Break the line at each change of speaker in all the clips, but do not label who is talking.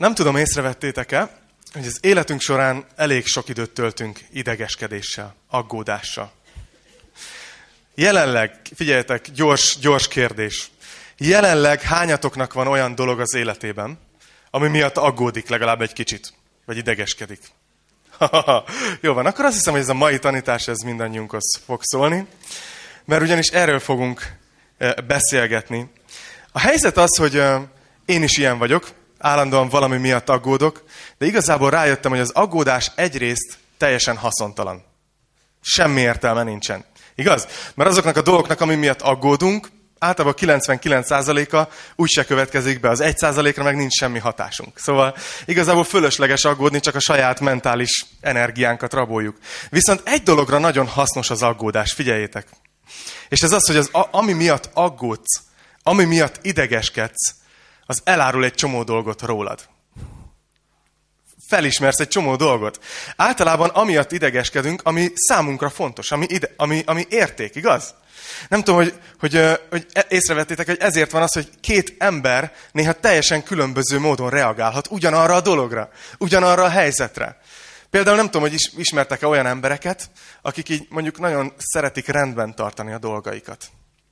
Nem tudom, észrevettétek-e, hogy az életünk során elég sok időt töltünk idegeskedéssel, aggódással. Jelenleg, figyeljetek, gyors kérdés. Jelenleg hányatoknak van olyan dolog az életében, ami miatt aggódik legalább egy kicsit, vagy idegeskedik? Jó van, akkor azt hiszem, hogy ez a mai tanítás ez mindannyiunkhoz fog szólni, mert ugyanis erről fogunk beszélgetni. A helyzet az, hogy én is ilyen vagyok, állandóan valami miatt aggódok, de igazából rájöttem, hogy az aggódás egyrészt teljesen haszontalan. Semmi értelme nincsen. Igaz? Mert azoknak a dolgoknak, ami miatt aggódunk, általában 99%-a úgyse következik be, az 1%-ra meg nincs semmi hatásunk. Szóval igazából fölösleges aggódni, csak a saját mentális energiánkat raboljuk. Viszont egy dologra nagyon hasznos az aggódás, figyeljétek. És ez az, hogy ami miatt aggódsz, ami miatt idegeskedsz, az elárul egy csomó dolgot rólad. Felismersz egy csomó dolgot. Általában amiatt idegeskedünk, ami számunkra fontos, ami érték, igaz? Nem tudom, hogy észrevettétek, hogy ezért van az, hogy két ember néha teljesen különböző módon reagálhat ugyanarra a dologra, ugyanarra a helyzetre. Például nem tudom, hogy ismertek-e olyan embereket, akik így mondjuk nagyon szeretik rendben tartani a dolgaikat.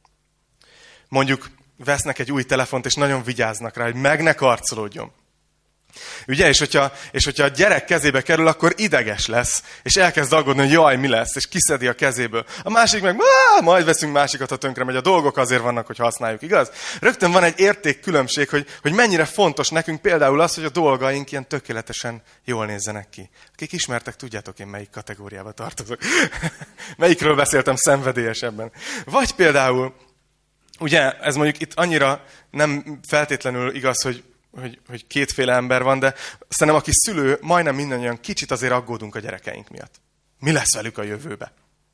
Mondjuk vesznek egy új telefont, és nagyon vigyáznak rá, hogy meg ne karcolódjon. Ugye? És hogyha a gyerek kezébe kerül, akkor ideges lesz, és elkezd aggódni, hogy jaj, mi lesz, és kiszedi a kezéből. A másik meg, majd veszünk másikat, ha tönkre megy. A dolgok azért vannak, hogy használjuk, igaz? Rögtön van egy értékkülönbség, hogy mennyire fontos nekünk például az, hogy a dolgaink ilyen tökéletesen jól nézzenek ki. Akik ismertek, tudjátok én melyik kategóriába tartozok. Melyikről beszéltem szenvedélyesebben. Vagy például, ugye, ez mondjuk itt annyira nem feltétlenül igaz, hogy kétféle ember van, de szerintem aki szülő, majdnem mindannyian kicsit azért aggódunk a gyerekeink miatt. Mi lesz velük a jövőbe?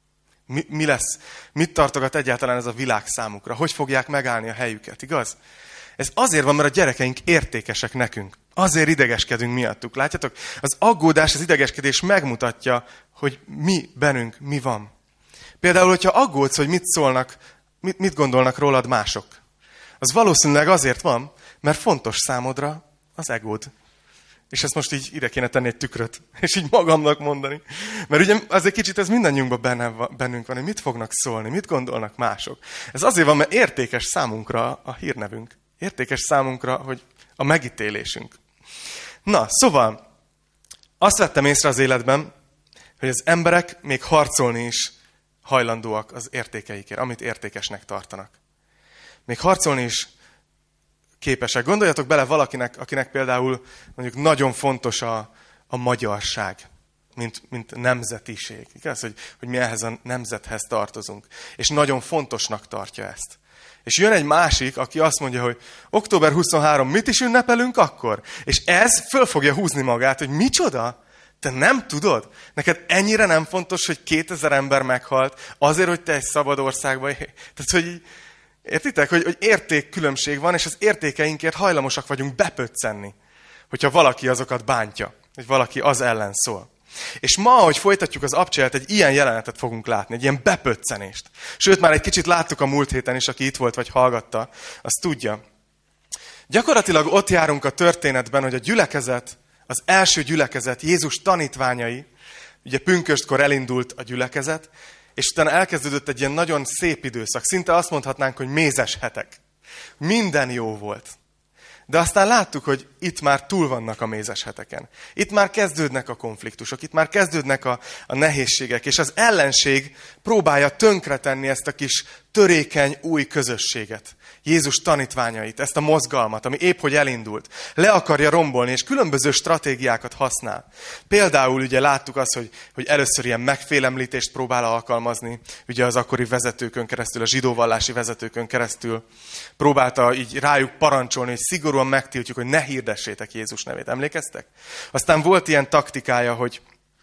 Mi lesz? Mit tartogat egyáltalán ez a világ számukra? Hogy fogják megállni a helyüket, igaz? Ez azért van, mert a gyerekeink értékesek nekünk. Azért idegeskedünk miattuk. Látjátok? Az aggódás, az idegeskedés megmutatja, hogy bennünk mi van. Például, hogyha aggódsz, hogy mit gondolnak rólad mások. Az valószínűleg azért van, mert fontos számodra az egód. És ezt most így ide kéne tenni egy tükröt, és így magamnak mondani. Mert ugye azért kicsit ez mindannyiunkban bennünk van, hogy mit fognak szólni, mit gondolnak mások. Ez azért van, mert értékes számunkra a hírnevünk. Értékes számunkra, hogy a megítélésünk. Na, szóval azt vettem észre az életben, hogy az emberek még harcolni is hajlandóak az értékeikért, amit értékesnek tartanak. Még harcolni is képesek. Gondoljatok bele valakinek, akinek például mondjuk nagyon fontos a magyarság, mint nemzetiség. Igaz, hogy mi ehhez a nemzethez tartozunk. És nagyon fontosnak tartja ezt. És jön egy másik, aki azt mondja, hogy október 23, mit is ünnepelünk akkor? És ez föl fogja húzni magát, hogy micsoda? Te nem tudod? Neked ennyire nem fontos, hogy 2000 ember meghalt azért, hogy te egy szabad országban élj? Tehát, hogy értitek, hogy értékkülönbség van, és az értékeinkért hajlamosak vagyunk bepöccenni, hogyha valaki azokat bántja, hogy valaki az ellen szól. És ma, ahogy folytatjuk az abcsolyát, egy ilyen jelenetet fogunk látni, egy ilyen bepöccenést. Sőt, már egy kicsit láttuk a múlt héten is, aki itt volt vagy hallgatta, azt tudja. Gyakorlatilag ott járunk a történetben, hogy a gyülekezet, az első gyülekezet, Jézus tanítványai, ugye pünköstkor elindult a gyülekezet, és utána elkezdődött egy ilyen nagyon szép időszak. Szinte azt mondhatnánk, hogy mézes hetek. Minden jó volt. De aztán láttuk, hogy itt már túl vannak a mézes heteken. Itt már kezdődnek a konfliktusok, itt már kezdődnek a nehézségek, és az ellenség próbálja tönkretenni ezt a kis törékeny új közösséget. Jézus tanítványait, ezt a mozgalmat, ami épp hogy elindult. Le akarja rombolni, és különböző stratégiákat használ. Például ugye láttuk azt, hogy először ilyen megfélemlítést próbál alkalmazni, ugye az akkori vezetőkön keresztül, a zsidóvallási vezetőkön keresztül. Próbálta így rájuk parancsolni, hogy szigorúan megtiltjuk, hogy ne hirdessétek Jézus nevét. Emlékeztek? Aztán volt ilyen taktikája, hogy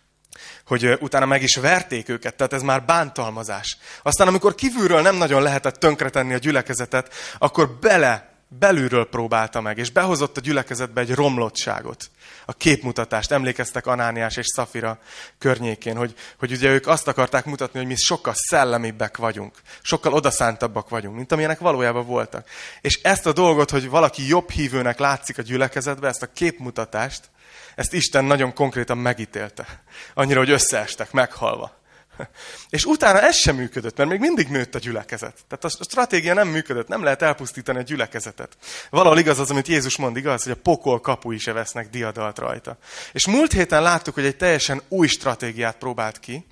utána meg is verték őket, tehát ez már bántalmazás. Aztán amikor kívülről nem nagyon lehetett tönkretenni a gyülekezetet, akkor belülről próbálta meg, és behozott a gyülekezetbe egy romlottságot. A képmutatást. Emlékeztek Anániás és Szafira környékén, hogy ugye ők azt akarták mutatni, hogy mi sokkal szellemibbek vagyunk, sokkal odaszántabbak vagyunk, mint amilyenek valójában voltak. És ezt a dolgot, hogy valaki jobb hívőnek látszik a gyülekezetbe, ezt a képmutatást, ezt Isten nagyon konkrétan megítélte. Annyira, hogy összeestek, meghalva. És utána ez sem működött, mert még mindig nőtt a gyülekezet. Tehát a stratégia nem működött, nem lehet elpusztítani a gyülekezetet. Valahol igaz az, amit Jézus mond, igaz, hogy a pokol kapui se vesznek diadalt rajta. És múlt héten láttuk, hogy egy teljesen új stratégiát próbált ki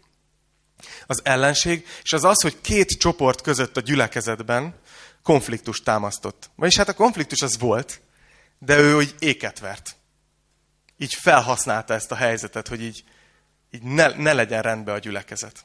az ellenség, és az az, hogy két csoport között a gyülekezetben konfliktust támasztott. Vagyis hát a konfliktus az volt, de ő úgy éket vert. Így felhasználta ezt a helyzetet, hogy így ne legyen rendben a gyülekezet.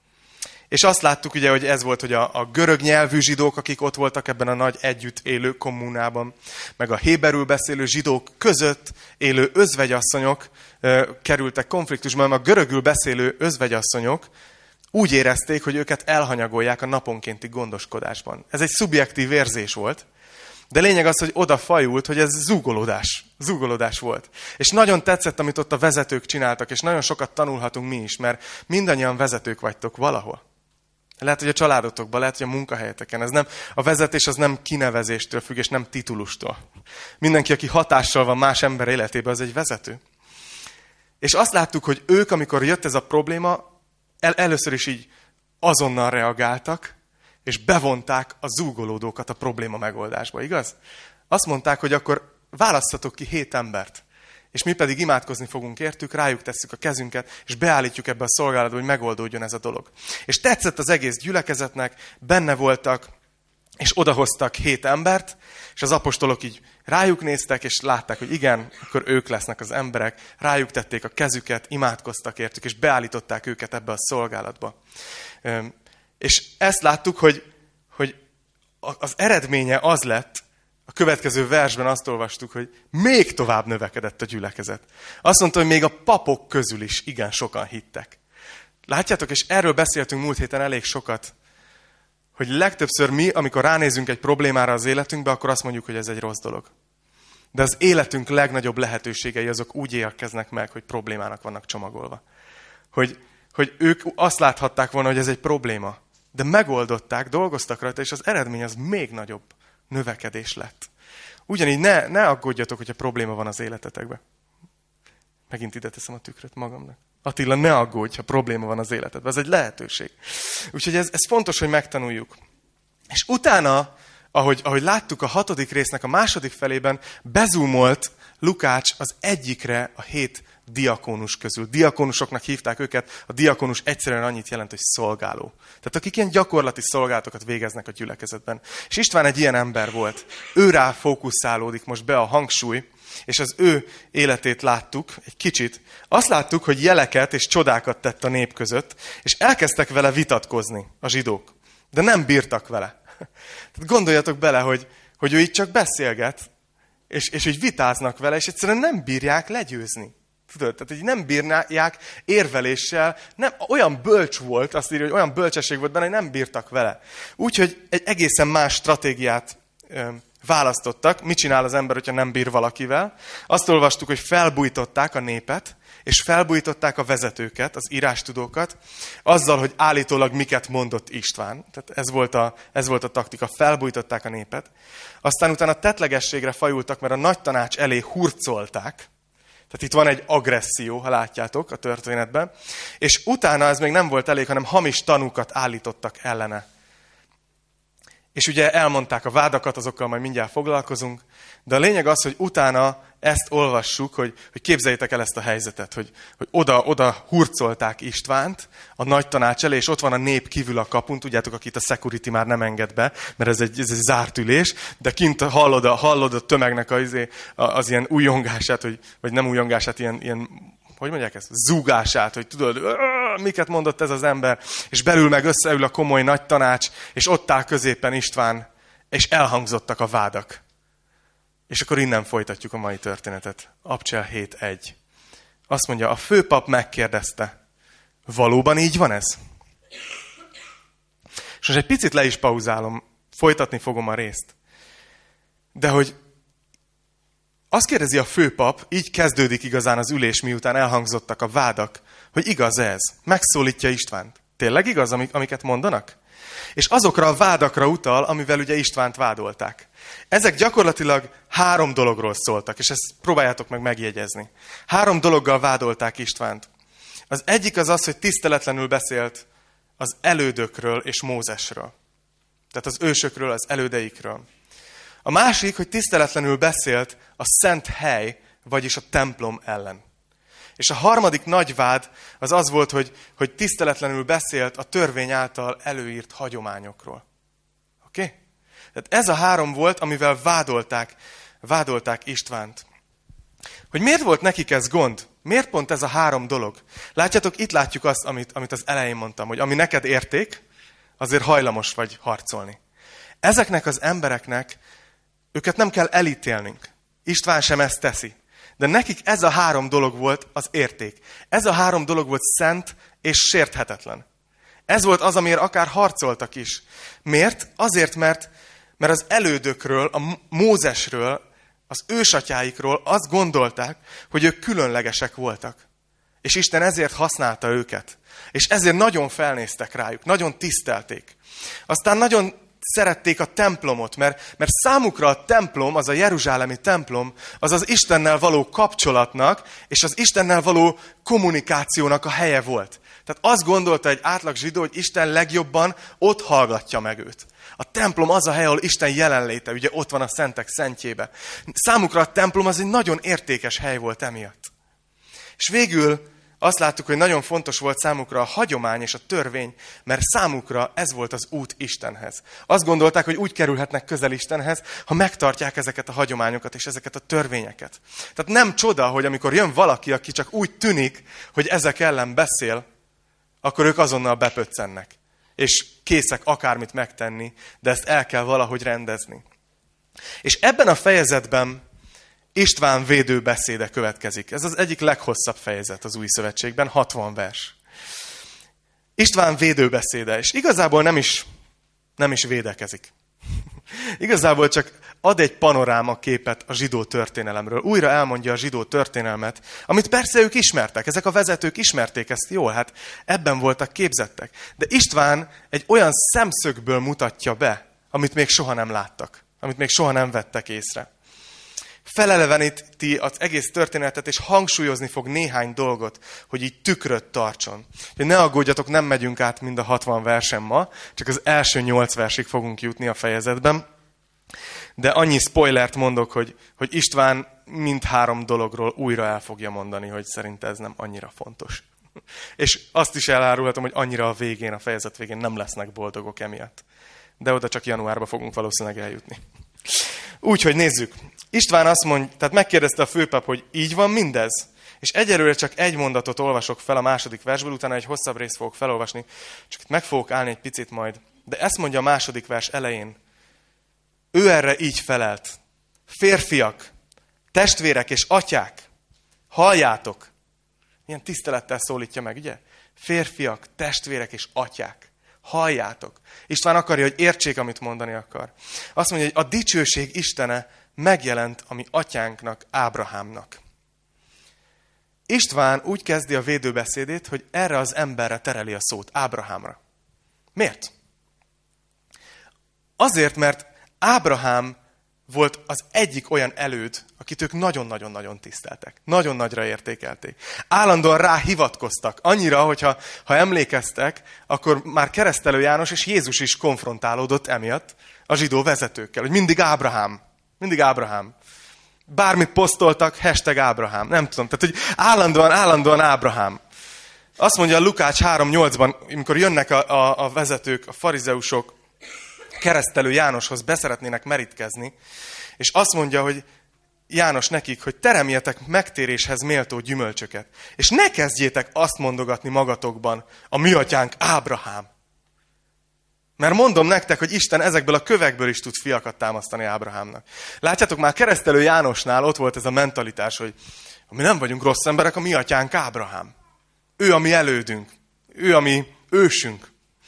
És azt láttuk ugye, hogy ez volt, hogy a görög nyelvű zsidók, akik ott voltak ebben a nagy együtt élő kommunában, meg a héberül beszélő zsidók között élő özvegyasszonyok kerültek konfliktusban, mert a görögül beszélő özvegyasszonyok úgy érezték, hogy őket elhanyagolják a naponkénti gondoskodásban. Ez egy szubjektív érzés volt, de lényeg az, hogy oda fajult, hogy ez zúgolódás volt. És nagyon tetszett, amit ott a vezetők csináltak, és nagyon sokat tanulhatunk mi is, mert mindannyian vezetők vagytok valahol. Lehet, hogy a családotokban, lehet, hogy a munkahelyeteken. A vezetés az nem kinevezéstől függ, és nem titulustól. Mindenki, aki hatással van más ember életében, az egy vezető. És azt láttuk, hogy ők, amikor jött ez a probléma, először is így azonnal reagáltak, és bevonták a zúgolódókat a probléma megoldásba, igaz? Azt mondták, hogy akkor választatok ki 7 embert, és mi pedig imádkozni fogunk értük, rájuk tesszük a kezünket, és beállítjuk ebbe a szolgálatba, hogy megoldódjon ez a dolog. És tetszett az egész gyülekezetnek, benne voltak, és odahoztak 7 embert, és az apostolok így rájuk néztek, és látták, hogy igen, akkor ők lesznek az emberek, rájuk tették a kezüket, imádkoztak értük, és beállították őket ebbe a szolgálatba. És ezt láttuk, hogy az eredménye az lett, a következő versben azt olvastuk, hogy még tovább növekedett a gyülekezet. Azt mondta, hogy még a papok közül is igen sokan hittek. Látjátok, és erről beszéltünk múlt héten elég sokat, hogy legtöbbször mi, amikor ránézünk egy problémára az életünkbe, akkor azt mondjuk, hogy ez egy rossz dolog. De az életünk legnagyobb lehetőségei azok úgy érkeznek meg, hogy problémának vannak csomagolva. Hogy ők azt láthatták volna, hogy ez egy probléma. De megoldották, dolgoztak rajta, és az eredmény az még nagyobb növekedés lett. Ugyanígy ne aggódjatok, hogyha probléma van az életetekben. Megint ide teszem a tükröt magamnak. Attila, ne aggódj, ha probléma van az életedben. Ez egy lehetőség. Úgyhogy ez fontos, hogy megtanuljuk. És utána, ahogy láttuk a 6. résznek a 2. felében, bezúmolt Lukács az egyikre a 7 diakónus közül. Diakónusoknak hívták őket, a diakónus egyszerűen annyit jelent, hogy szolgáló. Tehát akik ilyen gyakorlati szolgálatokat végeznek a gyülekezetben. És István egy ilyen ember volt. Őrá fókuszálódik most be a hangsúly, és az ő életét láttuk egy kicsit. Azt láttuk, hogy jeleket és csodákat tett a nép között, és elkezdtek vele vitatkozni a zsidók. De nem bírtak vele. Tehát gondoljatok bele, hogy ő így csak beszélget, és így vitáznak vele, és egyszerűen nem bírják legyőzni. Tudod? Tehát így nem bírják érveléssel, olyan bölcs volt, azt írja, hogy olyan bölcsesség volt benne, hogy nem bírtak vele. Úgyhogy egy egészen más stratégiát választottak. Mit csinál az ember, hogyha nem bír valakivel? Azt olvastuk, hogy felbújtották a népet, és felbújtották a vezetőket, az írástudókat, azzal, hogy állítólag miket mondott István. Tehát ez volt a taktika, felbújtották a népet. Aztán utána tettlegességre fajultak, mert a nagy tanács elé hurcolták. Tehát itt van egy agresszió, ha látjátok a történetben. És utána ez még nem volt elég, hanem hamis tanúkat állítottak ellene. És ugye elmondták a vádakat, azokkal majd mindjárt foglalkozunk. De a lényeg az, hogy utána ezt olvassuk, hogy képzeljétek el ezt a helyzetet, hogy oda hurcolták Istvánt a nagy tanács elé, és ott van a nép kívül a kapun, tudjátok, akit a security már nem enged be, mert ez egy zárt ülés, de kint hallod a tömegnek az ilyen újongását, vagy nem újongását, ilyen hogy mondják ezt? Zúgását, hogy tudod, miket mondott ez az ember, és belül meg összeül a komoly nagy tanács, és ott áll középen István, és elhangzottak a vádak. És akkor innen folytatjuk a mai történetet. Abcsel 7.1. Azt mondja, a főpap megkérdezte, valóban így van ez? És most egy picit le is pauzálom, folytatni fogom a részt. De hogy azt kérdezi a főpap, így kezdődik igazán az ülés, miután elhangzottak a vádak, hogy igaz ez. Megszólítja Istvánt. Tényleg igaz, amiket mondanak? És azokra a vádakra utal, amivel ugye Istvánt vádolták. Ezek gyakorlatilag 3 dologról szóltak, és ezt próbáljátok meg megjegyezni. 3 dologgal vádolták Istvánt. Az egyik az, hogy tiszteletlenül beszélt az elődökről és Mózesről. Tehát az ősökről, az elődeikről. A másik, hogy tiszteletlenül beszélt a szent hely, vagyis a templom ellen. És a harmadik nagy vád az volt, hogy tiszteletlenül beszélt a törvény által előírt hagyományokról. Oké? Tehát ez a 3 volt, amivel vádolták Istvánt. Hogy miért volt nekik ez gond? Miért pont ez a 3 dolog? Látjátok, itt látjuk azt, amit az elején mondtam, hogy ami neked érték, azért hajlamos vagy harcolni. Ezeknek az embereknek, őket nem kell elítélnünk. István sem ezt teszi. De nekik ez a 3 dolog volt az érték. Ez a 3 dolog volt szent és sérthetetlen. Ez volt az, amiért akár harcoltak is. Miért? Azért, mert az elődökről, a Mózesről, az ősatyáikról azt gondolták, hogy ők különlegesek voltak. És Isten ezért használta őket. És ezért nagyon felnéztek rájuk, nagyon tisztelték. Aztán nagyon szerették a templomot, mert számukra a templom, az a jeruzsálemi templom, az Istennel való kapcsolatnak, és az Istennel való kommunikációnak a helye volt. Tehát azt gondolta egy átlag zsidó, hogy Isten legjobban ott hallgatja meg őt. A templom az a hely, ahol Isten jelenléte, ugye ott van a szentek szentjébe. Számukra a templom az egy nagyon értékes hely volt emiatt. És végül azt láttuk, hogy nagyon fontos volt számukra a hagyomány és a törvény, mert számukra ez volt az út Istenhez. Azt gondolták, hogy úgy kerülhetnek közel Istenhez, ha megtartják ezeket a hagyományokat és ezeket a törvényeket. Tehát nem csoda, hogy amikor jön valaki, aki csak úgy tűnik, hogy ezek ellen beszél, akkor ők azonnal bepöccennek. És készek akármit megtenni, de ezt el kell valahogy rendezni. És ebben a fejezetben István védő beszéde következik. Ez az egyik leghosszabb fejezet az Új Szövetségben, 60 vers. István védő beszéde, és igazából nem is védekezik. Igazából csak ad egy panoráma képet a zsidó történelemről. Újra elmondja a zsidó történelmet, amit persze ők ismertek. Ezek a vezetők ismerték ezt jól, hát ebben voltak képzettek. De István egy olyan szemszögből mutatja be, amit még soha nem láttak, amit még soha nem vettek észre. Feleleveníti az egész történetet, és hangsúlyozni fog néhány dolgot, hogy így tükröt tartson. Ne aggódjatok, nem megyünk át mind a 60 versen ma, csak az első 8 versig fogunk jutni a fejezetben. De annyi spoilert mondok, hogy István mindhárom dologról újra el fogja mondani, hogy szerint ez nem annyira fontos. És azt is elárulhatom, hogy annyira a végén, a fejezet végén nem lesznek boldogok emiatt. De oda csak januárban fogunk valószínűleg eljutni. Úgyhogy nézzük. István azt mondja, tehát megkérdezte a főpap, hogy így van mindez? És egyelőre csak egy mondatot olvasok fel a második versből, utána egy hosszabb részt fogok felolvasni, csak itt meg fogok állni egy picit majd. De ezt mondja a második vers elején. Ő erre így felelt. Férfiak, testvérek és atyák, halljátok. Milyen tisztelettel szólítja meg, ugye? Férfiak, testvérek és atyák, halljátok. István akarja, hogy értsék, amit mondani akar. Azt mondja, hogy a dicsőség Istene megjelent a mi atyánknak, Ábrahámnak. István úgy kezdi a védőbeszédét, hogy erre az emberre tereli a szót, Ábrahámra. Miért? Azért, mert Ábrahám volt az egyik olyan előd, akit ők nagyon-nagyon-nagyon tiszteltek. Nagyon nagyra értékelték. Állandóan rá hivatkoztak. Annyira, hogyha emlékeztek, akkor már Keresztelő János és Jézus is konfrontálódott emiatt a zsidó vezetőkkel, hogy mindig Ábrahám. Mindig Ábrahám. Bármit posztoltak, hashtag Ábrahám. Nem tudom. Tehát, hogy állandóan Ábrahám. Azt mondja a Lukács 3.8-ban, amikor jönnek a vezetők, a farizeusok, Keresztelő Jánoshoz beszeretnének merítkezni, és azt mondja, hogy János nekik, hogy teremjetek megtéréshez méltó gyümölcsöket, és ne kezdjétek azt mondogatni magatokban, a mi atyánk Ábrahám. Mert mondom nektek, hogy Isten ezekből a kövekből is tud fiakat támasztani Ábrahámnak. Látjátok, már Keresztelő Jánosnál ott volt ez a mentalitás, hogy mi nem vagyunk rossz emberek, a mi atyánk Ábrahám. Ő a mi elődünk. Ő a mi ősünk.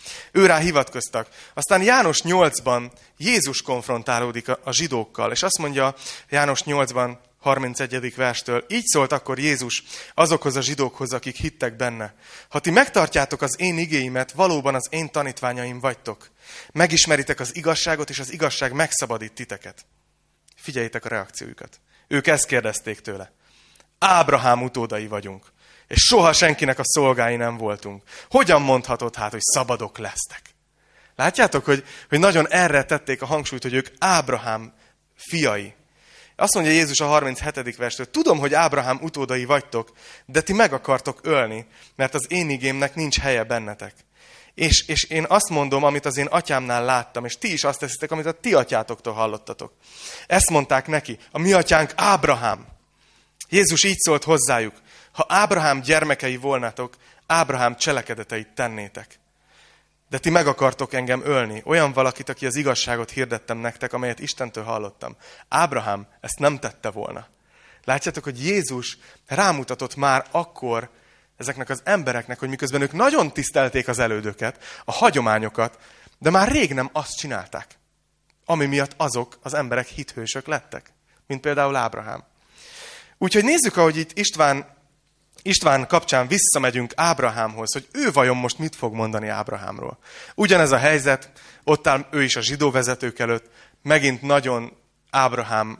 Őrá hivatkoztak. Aztán János 8-ban Jézus konfrontálódik a zsidókkal, és azt mondja János 8-ban, 31. verstől, így szólt akkor Jézus azokhoz a zsidókhoz, akik hittek benne. Ha ti megtartjátok az én igéimet, valóban az én tanítványaim vagytok. Megismeritek az igazságot, és az igazság megszabadít titeket. Figyeljétek a reakciójukat. Ők ezt kérdezték tőle. Ábrahám utódai vagyunk, és soha senkinek a szolgái nem voltunk. Hogyan mondhatod hát, hogy szabadok lesztek? Látjátok, hogy nagyon erre tették a hangsúlyt, hogy ők Ábrahám fiai. Azt mondja Jézus a 37. verstől, tudom, hogy Ábrahám utódai vagytok, de ti meg akartok ölni, mert az én igémnek nincs helye bennetek. És én azt mondom, amit az én atyámnál láttam, és ti is azt teszitek, amit a ti atyátoktól hallottatok. Ezt mondták neki, a mi atyánk Ábrahám. Jézus így szólt hozzájuk, ha Ábrahám gyermekei volnátok, Ábrahám cselekedeteit tennétek. De ti meg akartok engem ölni, olyan valakit, aki az igazságot hirdettem nektek, amelyet Istentől hallottam. Ábrahám ezt nem tette volna. Látjátok, hogy Jézus rámutatott már akkor ezeknek az embereknek, hogy miközben ők nagyon tisztelték az elődöket, a hagyományokat, de már rég nem azt csinálták, ami miatt azok az emberek hithősök lettek, mint például Ábrahám. Úgyhogy nézzük, ahogy itt István kapcsán visszamegyünk Ábrahámhoz, hogy ő vajon most mit fog mondani Ábrahámról. Ugyanez a helyzet, ott áll ő is a zsidó vezetők előtt, megint nagyon Ábrahám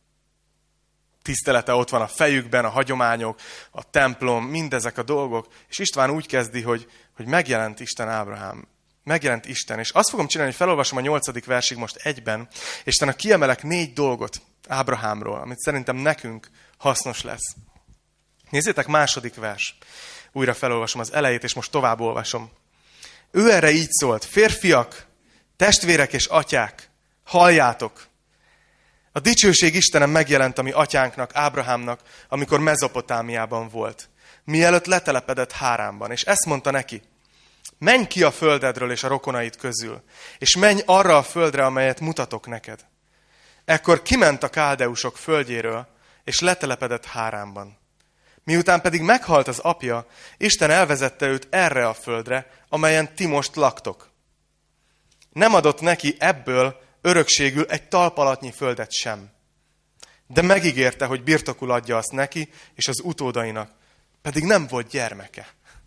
tisztelete ott van a fejükben, a hagyományok, a templom, mindezek a dolgok, és István úgy kezdi, hogy megjelent Isten Ábrahám. Megjelent Isten, és azt fogom csinálni, hogy felolvasom a 8. versig most egyben, és utána kiemelek 4 dolgot Ábrahámról, amit szerintem nekünk hasznos lesz. Nézzétek, 2. vers. Újra felolvasom az elejét, és most tovább olvasom. Ő erre így szólt, férfiak, testvérek és atyák, halljátok! A dicsőség Istenem megjelent a mi atyánknak, Ábrahámnak, amikor Mezopotámiában volt, mielőtt letelepedett Háránban, és ezt mondta neki, menj ki a földedről és a rokonaid közül, és menj arra a földre, amelyet mutatok neked. Ekkor kiment a káldeusok földjéről, és letelepedett Háránban. Miután pedig meghalt az apja, Isten elvezette őt erre a földre, amelyen ti most laktok. Nem adott neki ebből örökségül egy talpalatnyi földet sem. De megígérte, hogy birtokul adja azt neki és az utódainak, pedig nem volt gyermeke.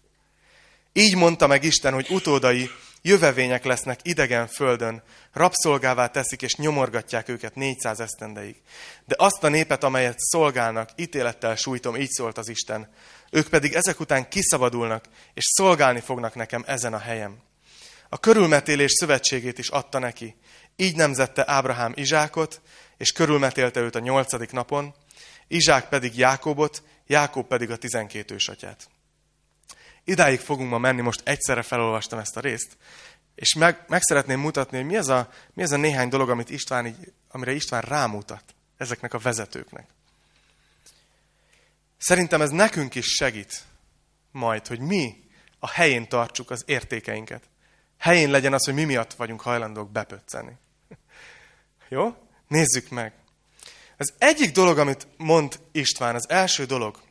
Így mondta meg Isten, hogy utódai jövevények lesznek idegen földön, rabszolgává teszik és nyomorgatják őket 400 esztendeig. De azt a népet, amelyet szolgálnak, ítélettel sújtom, így szólt az Isten. Ők pedig ezek után kiszabadulnak, és szolgálni fognak nekem ezen a helyen. A körülmetélés szövetségét is adta neki. Így nemzette Ábrahám Izsákot, és körülmetélte őt a 8. napon, Izsák pedig Jákobot, Jákob pedig a 12 ősatyát. Idáig fogunk ma menni, most egyszerre felolvastam ezt a részt, és meg szeretném mutatni, hogy mi az a néhány dolog, amire István rámutat ezeknek a vezetőknek. Szerintem ez nekünk is segít majd, hogy mi a helyén tartsuk az értékeinket. Helyén legyen az, hogy mi miatt vagyunk hajlandók bepöcceni. Jó? Nézzük meg. Az egyik dolog, amit mond István, az első dolog,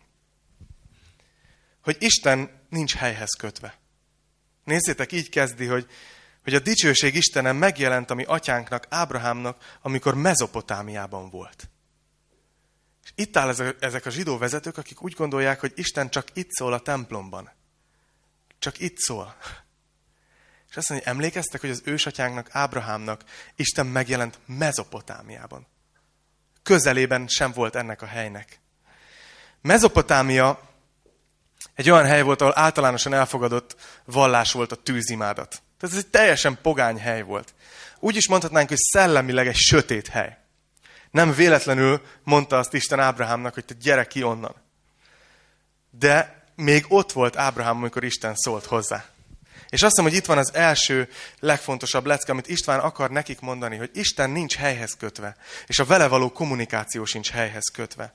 hogy Isten nincs helyhez kötve. Nézzétek, így kezdi, hogy a dicsőség Istenem megjelent a mi atyánknak, Ábrahámnak, amikor Mezopotámiában volt. És itt áll ezek a zsidó vezetők, akik úgy gondolják, hogy Isten csak itt szól a templomban. Csak itt szól. És azt mondja, hogy emlékeztek, hogy az ősatyánknak, Ábrahámnak Isten megjelent Mezopotámiában. Közelében sem volt ennek a helynek. Mezopotámia egy olyan hely volt, ahol általánosan elfogadott vallás volt a tűzimádat. Tehát ez egy teljesen pogány hely volt. Úgy is mondhatnánk, hogy szellemileg egy sötét hely. Nem véletlenül mondta azt Isten Ábrahámnak, hogy te gyere ki onnan. De még ott volt Ábrahám, amikor Isten szólt hozzá. És azt hiszem, hogy itt van az első, legfontosabb lecke, amit István akar nekik mondani, hogy Isten nincs helyhez kötve, és a vele való kommunikáció sincs helyhez kötve.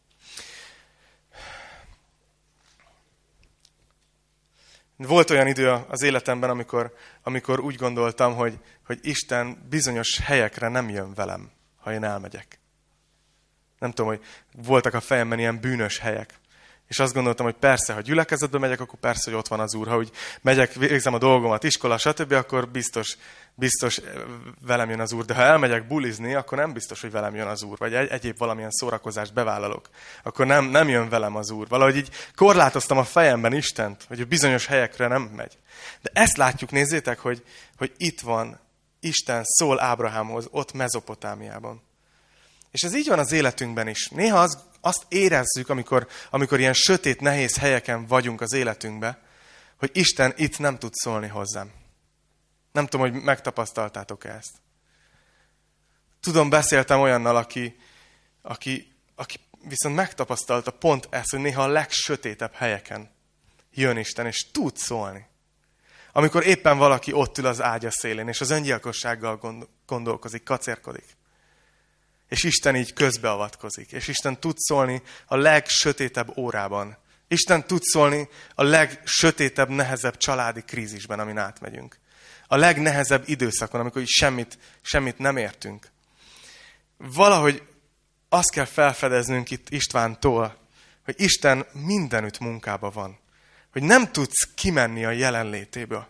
Volt olyan idő az életemben, amikor úgy gondoltam, hogy Isten bizonyos helyekre nem jön velem, ha én elmegyek. Nem tudom, hogy voltak a fejemben ilyen bűnös helyek. És azt gondoltam, hogy persze, ha gyülekezetbe megyek, akkor persze, hogy ott van az Úr. Ha úgy megyek, végzem a dolgomat, iskola, stb., akkor biztos velem jön az Úr. De ha elmegyek bulizni, akkor nem biztos, hogy velem jön az Úr. Vagy egyéb valamilyen szórakozást bevállalok. Akkor nem jön velem az Úr. Valahogy így korlátoztam a fejemben Istent, hogy bizonyos helyekre nem megy. De ezt látjuk, nézzétek, hogy itt van Isten szól Ábrahámhoz, ott Mezopotámiában. És ez így van az életünkben is. Néha azt érezzük, amikor ilyen sötét, nehéz helyeken vagyunk az életünkben, hogy Isten itt nem tud szólni hozzám. Nem tudom, hogy megtapasztaltátok-e ezt. Tudom, beszéltem olyannal, aki viszont megtapasztalta pont ezt, hogy néha a legsötétebb helyeken jön Isten, és tud szólni. Amikor éppen valaki ott ül az ágya szélén, és az öngyilkossággal gondolkozik, kacérkodik. És Isten így közbeavatkozik. És Isten tud szólni a legsötétebb órában. Isten tud szólni a legsötétebb, nehezebb családi krízisben, amin átmegyünk. A legnehezebb időszakon, amikor így semmit nem értünk. Valahogy azt kell felfedeznünk itt Istvántól, hogy Isten mindenütt munkában van. Hogy nem tudsz kimenni a jelenlétéből.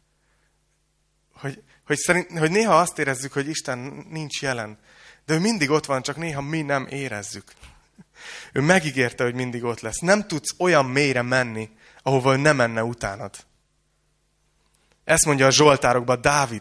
Hogy néha azt érezzük, hogy Isten nincs jelen. De ő mindig ott van, csak néha mi nem érezzük. Ő megígérte, hogy mindig ott lesz. Nem tudsz olyan mélyre menni, ahova ő nem menne utánad. Ezt mondja a Zsoltárokban Dávid.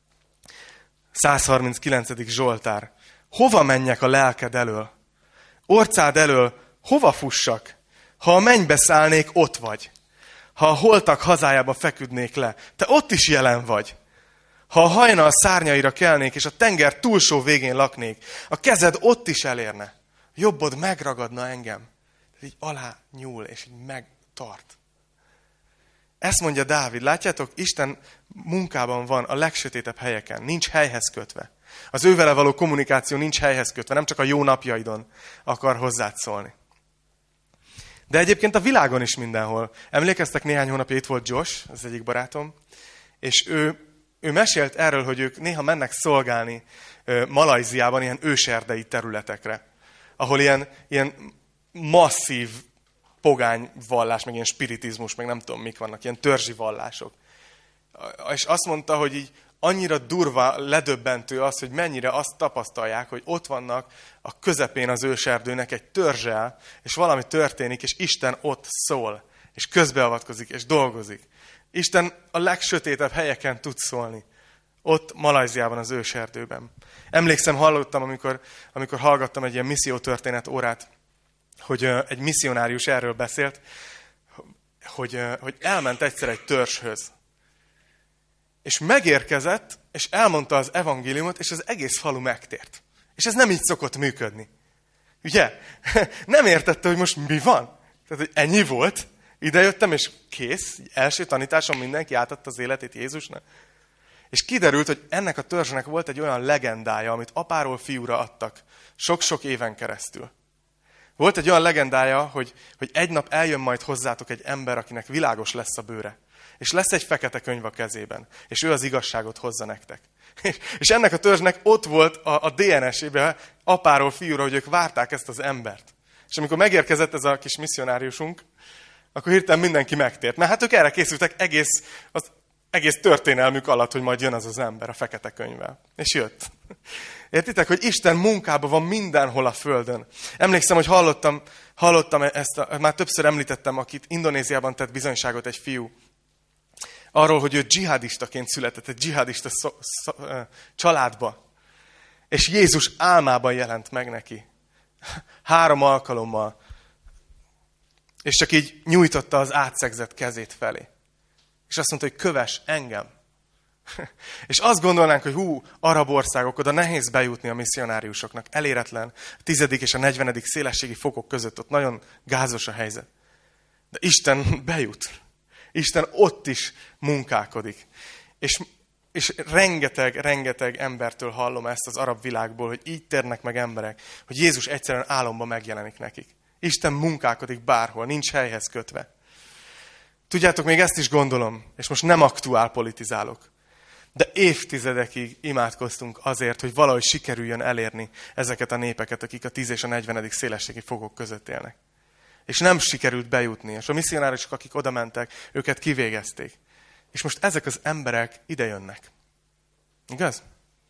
139. Zsoltár. Hova menjek a lelked elől? Orcád elől hova fussak? Ha a mennybe szállnék, ott vagy. Ha a holtak hazájába feküdnék le, te ott is jelen vagy. Ha a hajnal szárnyaira kelnék, és a tenger túlsó végén laknék, a kezed ott is elérne. Jobbod megragadna engem. Így alá nyúl, és így megtart. Ezt mondja Dávid. Látjátok, Isten munkában van a legsötétebb helyeken. Nincs helyhez kötve. Az ővele való kommunikáció nincs helyhez kötve. Nem csak a jó napjaidon akar hozzád szólni. De egyébként a világon is mindenhol. Emlékeztek, néhány hónapja itt volt Josh, az egyik barátom, és ő mesélt erről, hogy ők néha mennek szolgálni Malajziában ilyen őserdei területekre, ahol ilyen masszív pogányvallás, meg ilyen spiritizmus, meg nem tudom mik vannak, ilyen törzsi vallások. És azt mondta, hogy így annyira durva, ledöbbentő az, hogy mennyire azt tapasztalják, hogy ott vannak a közepén az őserdőnek egy törzsel, és valami történik, és Isten ott szól, és közbeavatkozik, és dolgozik. Isten a legsötétebb helyeken tud szólni. Ott Malajziában, az őserdőben. Emlékszem, hallottam, amikor hallgattam egy ilyen missziótörténet órát, hogy egy misszionárius erről beszélt, hogy elment egyszer egy törzshöz. És megérkezett, és elmondta az evangéliumot, és az egész falu megtért. És ez nem így szokott működni. Ugye? Nem értette, hogy most mi van. Tehát, hogy ennyi volt. Ide jöttem, és kész. Első tanításon mindenki átadta az életét Jézusnak. És kiderült, hogy ennek a törzsnek volt egy olyan legendája, amit apáról fiúra adtak sok-sok éven keresztül. Volt egy olyan legendája, hogy egy nap eljön majd hozzátok egy ember, akinek világos lesz a bőre. És lesz egy fekete könyv a kezében. És ő az igazságot hozza nektek. És ennek a törzsnek ott volt a DNS-ében apáról fiúra, hogy ők várták ezt az embert. És amikor megérkezett ez a kis misszionáriusunk, akkor hirtelen mindenki megtért. Mert hát ők erre készültek az egész történelmük alatt, hogy majd jön az ember a fekete könyvvel. És jött. Értitek, hogy Isten munkában van mindenhol a földön. Emlékszem, hogy hallottam ezt, már többször említettem, akit Indonéziában tett bizonyságot egy fiú. Arról, hogy ő dzsihadistaként született, egy dzsihadista családba. És Jézus álmában jelent meg neki. 3 alkalommal. És csak így nyújtotta az átszegzett kezét felé. És azt mondta, hogy kövess engem. És azt gondolnánk, hogy arab országok, oda nehéz bejutni a misszionáriusoknak. Eléretlen. A 10. és a 40. szélességi fokok között ott nagyon gázos a helyzet. De Isten bejut. Isten ott is munkálkodik. És rengeteg embertől hallom ezt az arab világból, hogy így térnek meg emberek, hogy Jézus egyszerűen álomban megjelenik nekik. Isten munkálkodik bárhol, nincs helyhez kötve. Tudjátok, még ezt is gondolom, és most nem aktuál politizálok, de évtizedekig imádkoztunk azért, hogy valahogy sikerüljön elérni ezeket a népeket, akik a 10 és a 40. szélességi fokok között élnek. És nem sikerült bejutni. És a misszionárosok, akik oda mentek, őket kivégezték. És most ezek az emberek ide jönnek. Igaz?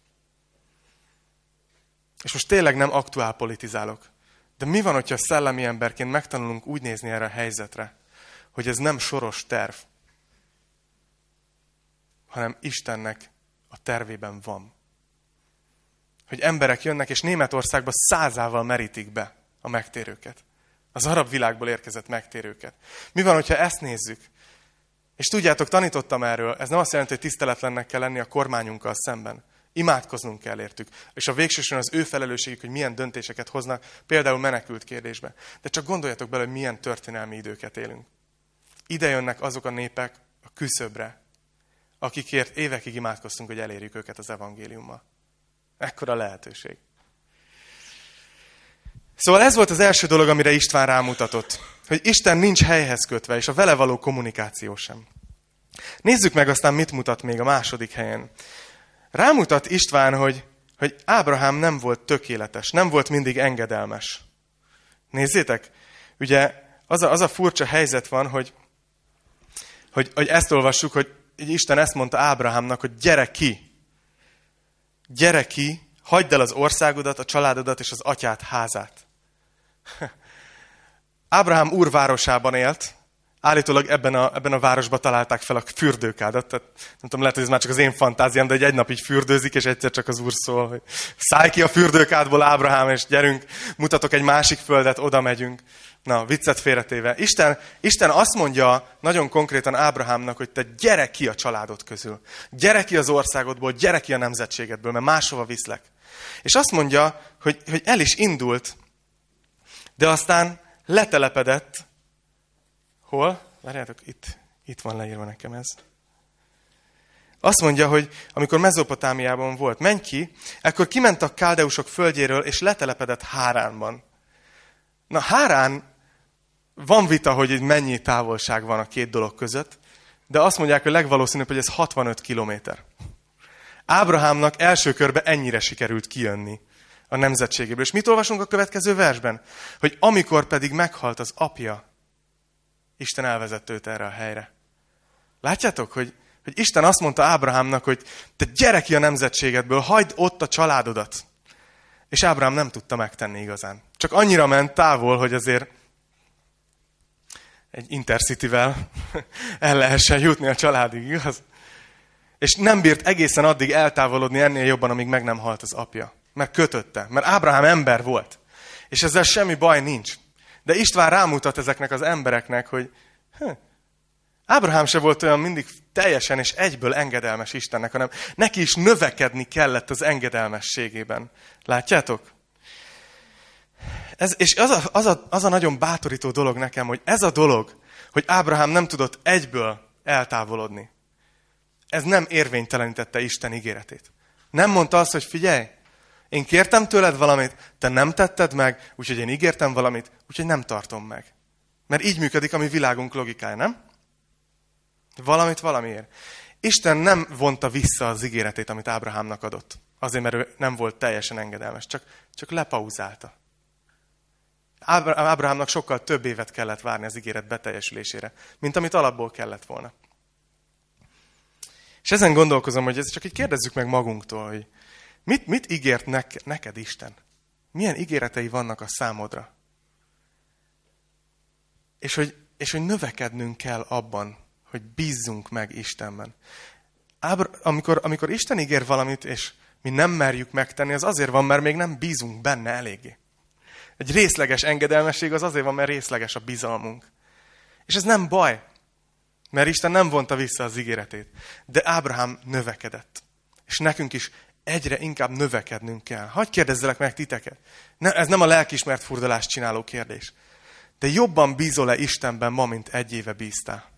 És most tényleg nem aktuál politizálok. De mi van, hogyha szellemi emberként megtanulunk úgy nézni erre a helyzetre, hogy ez nem soros terv, hanem Istennek a tervében van. Hogy emberek jönnek, és Németországba 100-ával merítik be a megtérőket. Az arab világból érkezett megtérőket. Mi van, hogyha ezt nézzük? És tudjátok, tanítottam erről, ez nem azt jelenti, hogy tiszteletlennek kell lenni a kormányunkkal szemben. Imádkoznunk kell értük. És a végsősorban az ő felelősségük, hogy milyen döntéseket hoznak, például menekült kérdésbe. De csak gondoljatok bele, hogy milyen történelmi időket élünk. Ide jönnek azok a népek a küszöbre, akikért évekig imádkoztunk, hogy elérjük őket az evangéliummal. Ekkora lehetőség. Szóval ez volt az első dolog, amire István rámutatott. Hogy Isten nincs helyhez kötve, és a vele való kommunikáció sem. Nézzük meg aztán, mit mutat még a második helyen. Rámutat István, hogy Ábrahám nem volt tökéletes, nem volt mindig engedelmes. Nézzétek, ugye az a furcsa helyzet van, hogy ezt olvassuk, hogy Isten ezt mondta Ábrahámnak, hogy gyere ki, hagyd el az országodat, a családodat és az atyád házát. Ábrahám Úr városában élt, állítólag ebben a városban találták fel a fürdőkádat. Tehát, nem tudom, lehet, hogy ez már csak az én fantáziám, de egy nap így fürdőzik, és egyszer csak az Úr szól, hogy szállj ki a fürdőkádból, Ábrahám, és gyerünk, mutatok egy másik földet, oda megyünk. Na, viccet félretéve. Isten azt mondja nagyon konkrétan Ábrahámnak, hogy te gyere ki a családod közül. Gyere ki az országodból, gyere ki a nemzetségedből, mert máshova viszlek. És azt mondja, hogy el is indult, de aztán letelepedett. Hol? Várjátok, itt van leírva nekem ez. Azt mondja, hogy amikor Mezopotámiában volt, menj ki, akkor kiment a káldeusok földjéről, és letelepedett Háránban. Na, Hárán, van vita, hogy mennyi távolság van a két dolog között, de azt mondják, hogy legvalószínűbb, hogy ez 65 kilométer. Ábrahámnak első körbe ennyire sikerült kijönni a nemzetségéből. És mit olvasunk a következő versben? Hogy amikor pedig meghalt az apja, Isten elvezett őt erre a helyre. Látjátok, hogy Isten azt mondta Ábrahámnak, hogy te gyere ki a nemzetségedből, hagyd ott a családodat. És Ábrahám nem tudta megtenni igazán. Csak annyira ment távol, hogy azért egy Intercityvel el lehessen jutni a családig, igaz? És nem bírt egészen addig eltávolodni ennél jobban, amíg meg nem halt az apja. Mert kötötte. Mert Ábrahám ember volt. És ezzel semmi baj nincs. De István rámutat ezeknek az embereknek, hogy Ábrahám se volt olyan mindig teljesen és egyből engedelmes Istennek, hanem neki is növekedni kellett az engedelmességében. Látjátok? És az a nagyon bátorító dolog nekem, hogy ez a dolog, hogy Ábrahám nem tudott egyből eltávolodni. Ez nem érvénytelenítette Isten ígéretét. Nem mondta azt, hogy figyelj, én kértem tőled valamit, te nem tetted meg, úgyhogy én ígértem valamit, úgyhogy nem tartom meg. Mert így működik a mi világunk logikája, nem? Valamit valamiért. Isten nem vonta vissza az ígéretét, amit Ábrahámnak adott. Azért, mert ő nem volt teljesen engedelmes, csak lepauzálta. Ábrahámnak sokkal több évet kellett várni az ígéret beteljesülésére, mint amit alapból kellett volna. És ezen gondolkozom, hogy ezt csak így kérdezzük meg magunktól, hogy mit ígért neked Isten? Milyen ígéretei vannak a számodra? És hogy növekednünk kell abban, hogy bízzunk meg Istenben. Amikor Isten ígér valamit, és mi nem merjük megtenni, az azért van, mert még nem bízunk benne eléggé. Egy részleges engedelmesség az azért van, mert részleges a bizalmunk. És ez nem baj, mert Isten nem vonta vissza az ígéretét. De Ábrahám növekedett. És nekünk is egyre inkább növekednünk kell. Hadd kérdezzelek meg titeket. Ez nem a lelkiismert furdalást csináló kérdés. De jobban bízol-e Istenben ma, mint egy éve bíztál?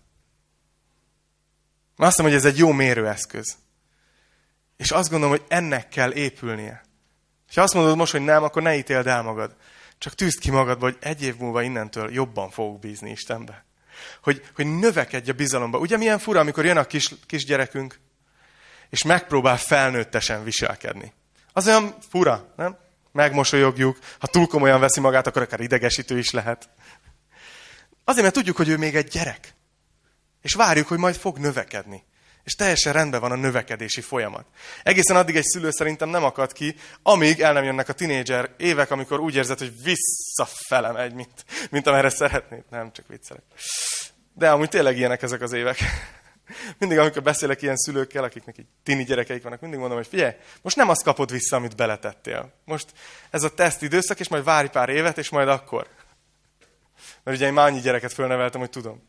Azt mondom, hogy ez egy jó mérőeszköz. És azt gondolom, hogy ennek kell épülnie. Ha azt mondod most, hogy nem, akkor ne ítéld el magad. Csak tűzd ki magadba, hogy egy év múlva innentől jobban fogok bízni Istenbe. Hogy növekedj a bizalomba. Ugye milyen fura, amikor jön a kisgyerekünk, és megpróbál felnőttesen viselkedni. Az olyan fura, nem? Megmosolyogjuk. Ha túl komolyan veszi magát, akkor akár idegesítő is lehet. Azért, mert tudjuk, hogy ő még egy gyerek. És várjuk, hogy majd fog növekedni. És teljesen rendben van a növekedési folyamat. Egészen addig egy szülő szerintem nem akad ki, amíg el nem jönnek a tinédzser évek, amikor úgy érzed, hogy visszafele megy, mint amerre szeretnéd. Nem, csak viccelek. De amúgy tényleg ilyenek ezek az évek. Mindig, amikor beszélek ilyen szülőkkel, akiknek így tini gyerekeik vannak, mindig mondom, hogy figyelj, most nem azt kapod vissza, amit beletettél. Most ez a teszt időszak, és majd várj pár évet, és majd akkor. Mert ugye én már annyi gyereket fölneveltem, hogy tudom.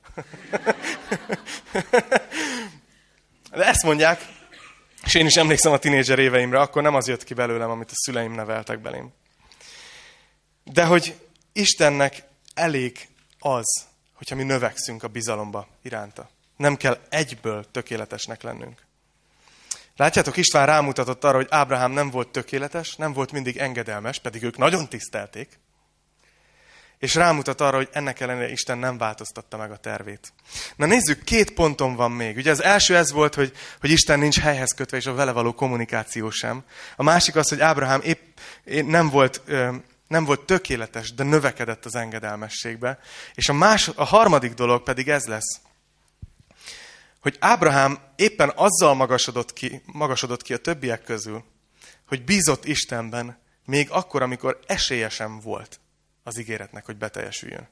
De ezt mondják, és én is emlékszem a tinédzser éveimre, akkor nem az jött ki belőlem, amit a szüleim neveltek belém. De hogy Istennek elég az, hogyha mi növekszünk a bizalomba iránta. Nem kell egyből tökéletesnek lennünk. Látjátok, István rámutatott arra, hogy Ábrahám nem volt tökéletes, nem volt mindig engedelmes, pedig ők nagyon tisztelték. És rámutat arra, hogy ennek ellenére Isten nem változtatta meg a tervét. Na nézzük, 2 ponton van még. Ugye az első ez volt, hogy Isten nincs helyhez kötve, és a vele való kommunikáció sem. A másik az, hogy Ábrahám épp nem volt tökéletes, de növekedett az engedelmességbe. És a harmadik dolog pedig ez lesz, hogy Ábrahám éppen azzal magasodott ki a többiek közül, hogy bízott Istenben, még akkor, amikor esélye sem volt az ígéretnek, hogy beteljesüljön.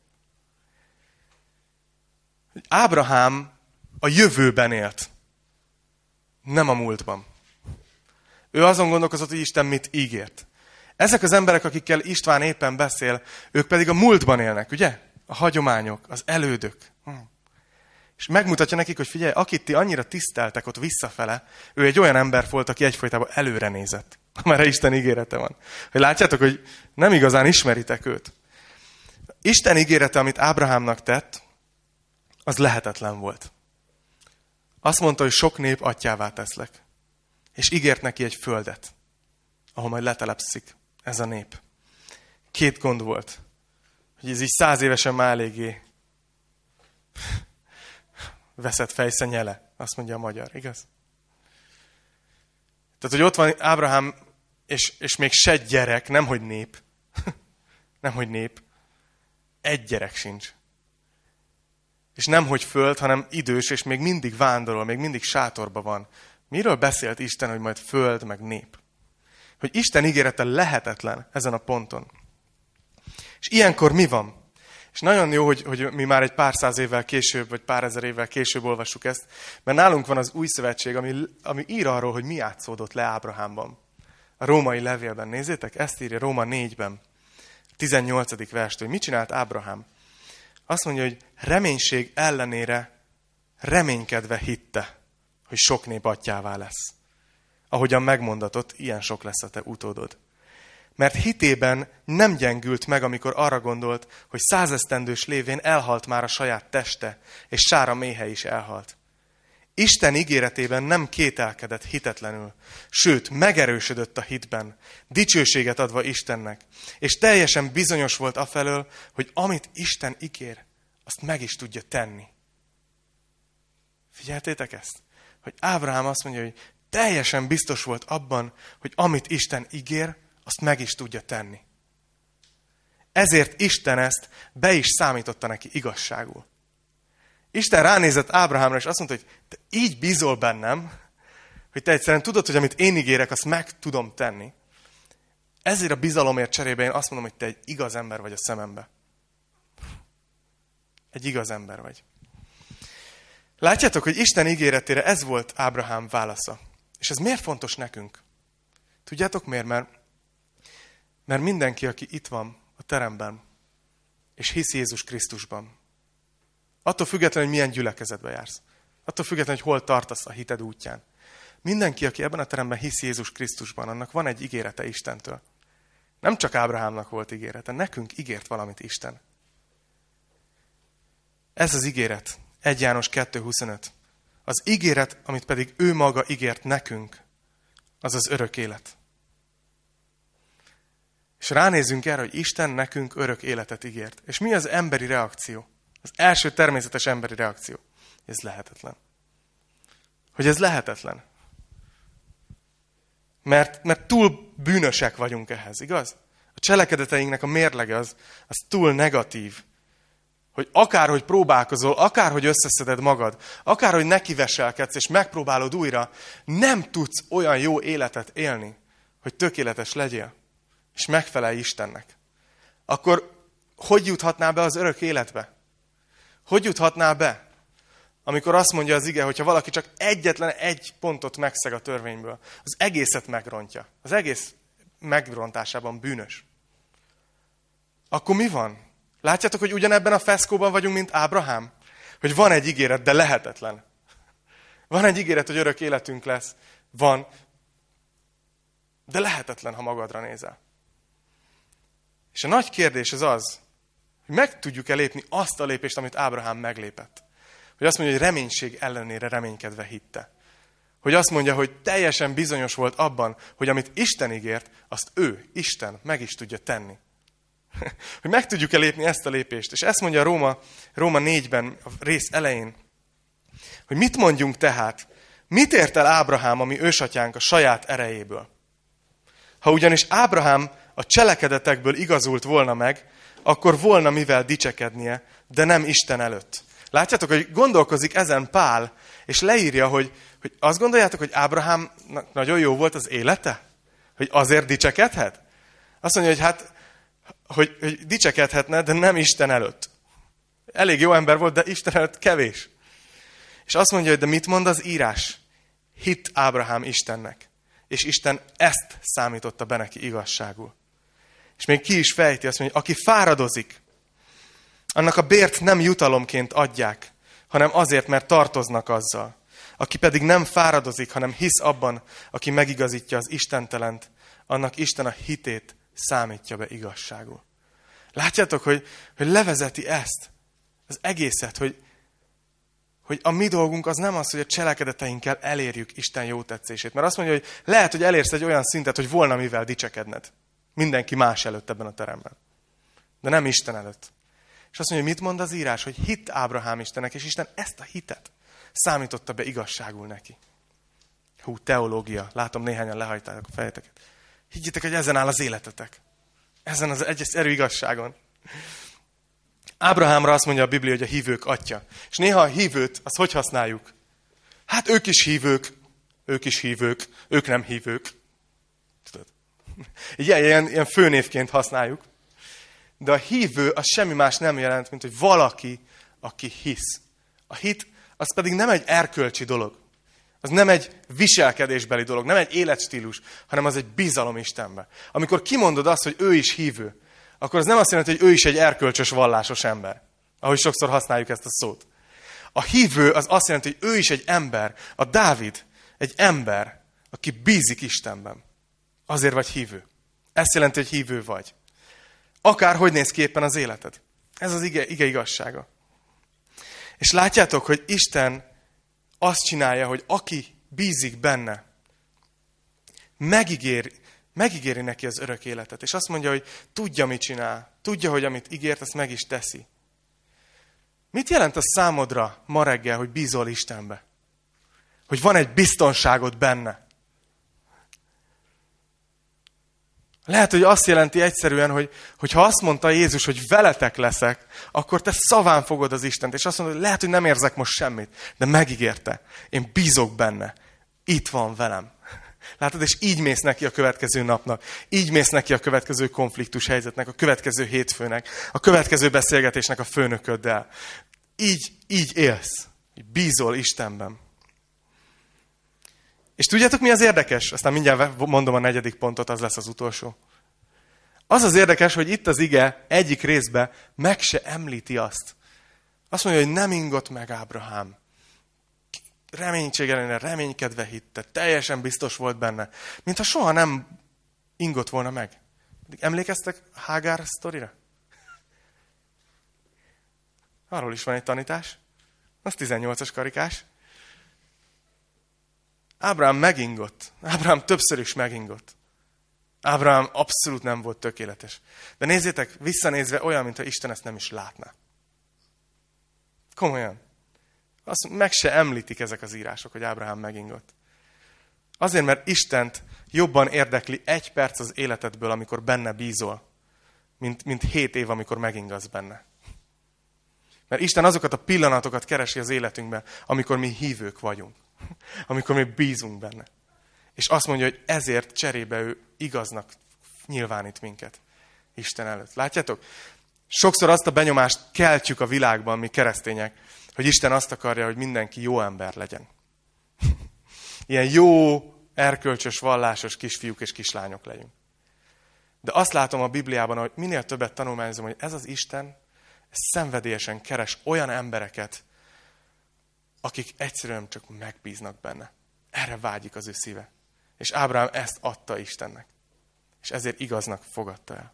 Ábrahám a jövőben élt, nem a múltban. Ő azon gondolkozott, hogy Isten mit ígért. Ezek az emberek, akikkel István éppen beszél, ők pedig a múltban élnek, ugye? A hagyományok, az elődök. És megmutatja nekik, hogy figyelj, akit ti annyira tiszteltek ott visszafele, ő egy olyan ember volt, aki egyfolytában előre nézett. Amerre Isten ígérete van. Hogy látjátok, hogy nem igazán ismeritek őt. Isten ígérete, amit Ábrahámnak tett, az lehetetlen volt. Azt mondta, hogy sok nép atyává teszlek. És ígért neki egy földet, ahol majd letelepszik ez a nép. 2 gond volt, hogy ez így 100 évesen már eléggé veszett fejszenyele, azt mondja a magyar, igaz? Tehát, hogy ott van Ábrahám, és még se gyerek, nemhogy nép. Nemhogy nép. Egy gyerek sincs. És nemhogy föld, hanem idős, és még mindig vándorol, még mindig sátorban van. Miről beszélt Isten, hogy majd föld, meg nép? Hogy Isten ígérete lehetetlen ezen a ponton. És ilyenkor mi van? És nagyon jó, hogy mi már egy pár száz évvel később, vagy pár ezer évvel később olvassuk ezt, mert nálunk van az Új Szövetség, ami ír arról, hogy mi játszódott le Ábrahámban. A római levélben, nézzétek, ezt írja Róma 4-ben, 18. verstől, hogy mit csinált Ábrahám. Azt mondja, hogy reménység ellenére reménykedve hitte, hogy sok nép atyává lesz. Ahogyan megmondatott, ilyen sok lesz a te utódod. Mert hitében nem gyengült meg, amikor arra gondolt, hogy 100 esztendős lévén elhalt már a saját teste, és sára méhe is elhalt. Isten ígéretében nem kételkedett hitetlenül, sőt, megerősödött a hitben, dicsőséget adva Istennek, és teljesen bizonyos volt afelől, hogy amit Isten ígér, azt meg is tudja tenni. Figyeltétek ezt? Hogy Ábrahám azt mondja, hogy teljesen biztos volt abban, hogy amit Isten ígér, azt meg is tudja tenni. Ezért Isten ezt be is számította neki igazságul. Isten ránézett Ábrahámra, és azt mondta, hogy te így bízol bennem, hogy te egyszerűen tudod, hogy amit én ígérek, azt meg tudom tenni. Ezért a bizalomért cserébe én azt mondom, hogy te egy igaz ember vagy a szemembe. Egy igaz ember vagy. Látjátok, hogy Isten ígéretére ez volt Ábrahám válasza. És ez miért fontos nekünk? Tudjátok miért? Mert mindenki, aki itt van a teremben, és hisz Jézus Krisztusban, attól függetlenül, hogy milyen gyülekezetbe jársz, attól függetlenül, hogy hol tartasz a hited útján, mindenki, aki ebben a teremben hisz Jézus Krisztusban, annak van egy ígérete Istentől. Nem csak Ábrahámnak volt ígérete, nekünk ígért valamit Isten. Ez az ígéret, 1 János 2.25. Az ígéret, amit pedig ő maga ígért nekünk, az az örök élet. És ránézzünk erre, hogy Isten nekünk örök életet ígért. És mi az emberi reakció? Az első természetes emberi reakció. Ez lehetetlen. Hogy ez lehetetlen. Mert túl bűnösek vagyunk ehhez, igaz? A cselekedeteinknek a mérlege az túl negatív. hogy akárhogy próbálkozol, akárhogy összeszeded magad, akárhogy nekiveselkedsz és megpróbálod újra, nem tudsz olyan jó életet élni, hogy tökéletes legyél, és megfelelj Istennek. Akkor hogy juthatnál be az örök életbe? Hogy juthatnál be? Amikor azt mondja az ige, hogyha valaki csak egyetlen egy pontot megszeg a törvényből, az egészet megrontja. Az egész megrontásában bűnös. Akkor mi van? Látjátok, hogy ugyanebben a feszkóban vagyunk, mint Ábrahám? Hogy van egy ígéret, de lehetetlen. Van egy ígéret, hogy örök életünk lesz. Van. De lehetetlen, ha magadra nézel. És a nagy kérdés az, hogy meg tudjuk-e lépni azt a lépést, amit Ábrahám meglépett. Hogy azt mondja, hogy reménység ellenére reménykedve hitte. Hogy azt mondja, hogy teljesen bizonyos volt abban, hogy amit Isten ígért, azt ő, Isten meg is tudja tenni. Hogy meg tudjuk-e lépni ezt a lépést. És ezt mondja Róma 4-ben, a rész elején, hogy mit mondjunk tehát, mit ért el Ábrahám, ami ősatyánk a saját erejéből? Ha ugyanis Ábrahám a cselekedetekből igazult volna meg, akkor volna mivel dicsekednie, de nem Isten előtt. Látjátok, hogy gondolkozik ezen Pál, és leírja, hogy azt gondoljátok, hogy Ábrahámnak nagyon jó volt az élete? Hogy azért dicsekedhet? Azt mondja, hogy hát, hogy dicsekedhetne, de nem Isten előtt. Elég jó ember volt, de Isten előtt kevés. És azt mondja, hogy de mit mond az írás? Hitt Ábrahám Istennek. És Isten ezt számította be neki igazságul. És még ki is fejti, azt mondja, aki fáradozik, annak a bért nem jutalomként adják, hanem azért, mert tartoznak azzal. Aki pedig nem fáradozik, hanem hisz abban, aki megigazítja az istentelent, annak Isten a hitét számítja be igazságul. Látjátok, hogy levezeti ezt, az egészet, hogy a mi dolgunk az nem az, hogy a cselekedeteinkkel elérjük Isten jótetszését. Mert azt mondja, hogy lehet, hogy elérsz egy olyan szintet, hogy volna mivel dicsekedned. Mindenki más előtt ebben a teremben. De nem Isten előtt. És azt mondja, hogy mit mond az írás? Hogy hitt Ábrahám Istennek, és Isten ezt a hitet számította be igazságul neki. Hú, teológia. Látom, néhányan lehajtálják a fejeteket. Higgyétek, hogy ezen áll az életetek. Ezen az egyes erő igazságon. Ábrahámra azt mondja a Biblia, hogy a hívők atya. És néha a hívőt, azt hogy használjuk? Hát ők is hívők, ők nem hívők. Tudod? Ilyen főnévként használjuk. De a hívő az semmi más nem jelent, mint hogy valaki, aki hisz. A hit az pedig nem egy erkölcsi dolog. Az nem egy viselkedésbeli dolog, nem egy életstílus, hanem az egy bizalom Istenbe. Amikor kimondod azt, hogy ő is hívő, akkor az nem azt jelenti, hogy ő is egy erkölcsös, vallásos ember. Ahogy sokszor használjuk ezt a szót. A hívő az azt jelenti, hogy ő is egy ember. A Dávid egy ember, aki bízik Istenben. Azért vagy hívő. Ezt jelenti, hogy hívő vagy. Akárhogy néz ki éppen az életed. Ez az ige igazsága. És látjátok, hogy Isten azt csinálja, hogy aki bízik benne, megígéri neki az örök életet. És azt mondja, hogy tudja, mit csinál. Tudja, hogy amit ígért, azt meg is teszi. Mit jelent a számodra ma reggel, hogy bízol Istenbe? Hogy van egy biztonságod benne. Lehet, hogy azt jelenti egyszerűen, hogy ha azt mondta Jézus, hogy veletek leszek, akkor te szaván fogod az Istent, és azt mondod, hogy lehet, hogy nem érzek most semmit, de megígérte. Én bízok benne. Itt van velem. Látod, és így mész neki a következő napnak. Így mész neki a következő konfliktus helyzetnek, a következő hétfőnek, a következő beszélgetésnek a főnököddel. Így élsz. Bízol Istenben. És tudjátok, mi az érdekes? Aztán mindjárt mondom a 4. pontot, az lesz az utolsó. Az az érdekes, hogy itt az ige egyik részben meg se említi azt. Azt mondja, hogy nem ingott meg Ábrahám. Reménység ellenére reménykedve hitte, teljesen biztos volt benne. Mintha soha nem ingott volna meg. Emlékeztek Hágár sztorira? Arról is van egy tanítás. Az 18-as karikás. Ábrahám megingott. Ábrahám többször is megingott. Ábrahám abszolút nem volt tökéletes. De nézzétek, visszanézve olyan, mintha Isten ezt nem is látná. Komolyan. Azt meg se említik ezek az írások, hogy Ábrahám megingott. Azért, mert Istent jobban érdekli 1 perc az életedből, amikor benne bízol, mint 7 év, amikor megingasz benne. Mert Isten azokat a pillanatokat keresi az életünkben, amikor mi hívők vagyunk. Amikor mi bízunk benne. És azt mondja, hogy ezért cserébe ő igaznak nyilvánít minket Isten előtt. Látjátok? Sokszor azt a benyomást keltjük a világban, mi keresztények, hogy Isten azt akarja, hogy mindenki jó ember legyen. Ilyen jó, erkölcsös, vallásos kisfiúk és kislányok legyünk. De azt látom a Bibliában, hogy minél többet tanulmányozom, hogy ez az Isten szenvedélyesen keres olyan embereket, akik egyszerűen csak megbíznak benne. Erre vágyik az ő szíve. És Ábrahám ezt adta Istennek. És ezért igaznak fogadta el.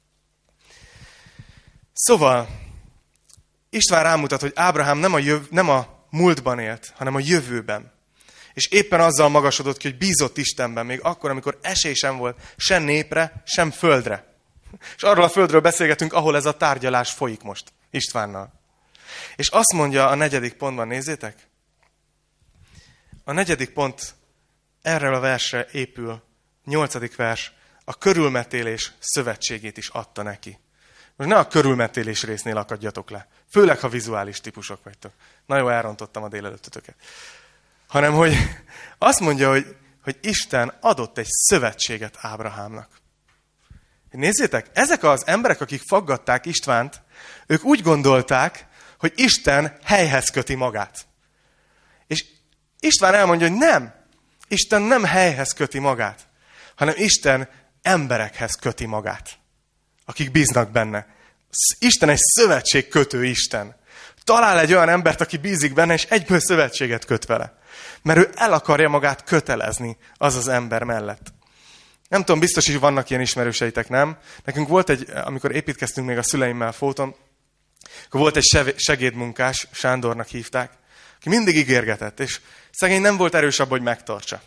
Szóval, István rámutat, hogy Ábrahám nem a múltban élt, hanem a jövőben. És éppen azzal magasodott ki, hogy bízott Istenben, még akkor, amikor esély sem volt sem népre, sem földre. És arról a földről beszélgetünk, ahol ez a tárgyalás folyik most Istvánnal. És azt mondja a 4. pontban, nézzétek. A 4. pont erről a versre épül, 8. vers, a körülmetélés szövetségét is adta neki. Most ne a körülmetélés résznél akadjatok le. Főleg, ha vizuális típusok vagytok. Na jó, elrontottam a délelőttötöket. Hanem, hogy azt mondja, hogy Isten adott egy szövetséget Ábrahámnak. Nézzétek, ezek az emberek, akik faggatták Istvánt, ők úgy gondolták, hogy Isten helyhez köti magát. És István elmondja, hogy nem. Isten nem helyhez köti magát, hanem Isten emberekhez köti magát, akik bíznak benne. Isten egy szövetségkötő Isten. Talál egy olyan embert, aki bízik benne, és egyből szövetséget köt vele. Mert ő el akarja magát kötelezni az ember mellett. Nem tudom, biztos is vannak ilyen ismerőseitek, nem? Nekünk volt amikor építkeztünk még a szüleimmel Fóton, akkor volt egy segédmunkás, Sándornak hívták, aki mindig ígérgetett, és szegény nem volt erős abban, hogy megtartsa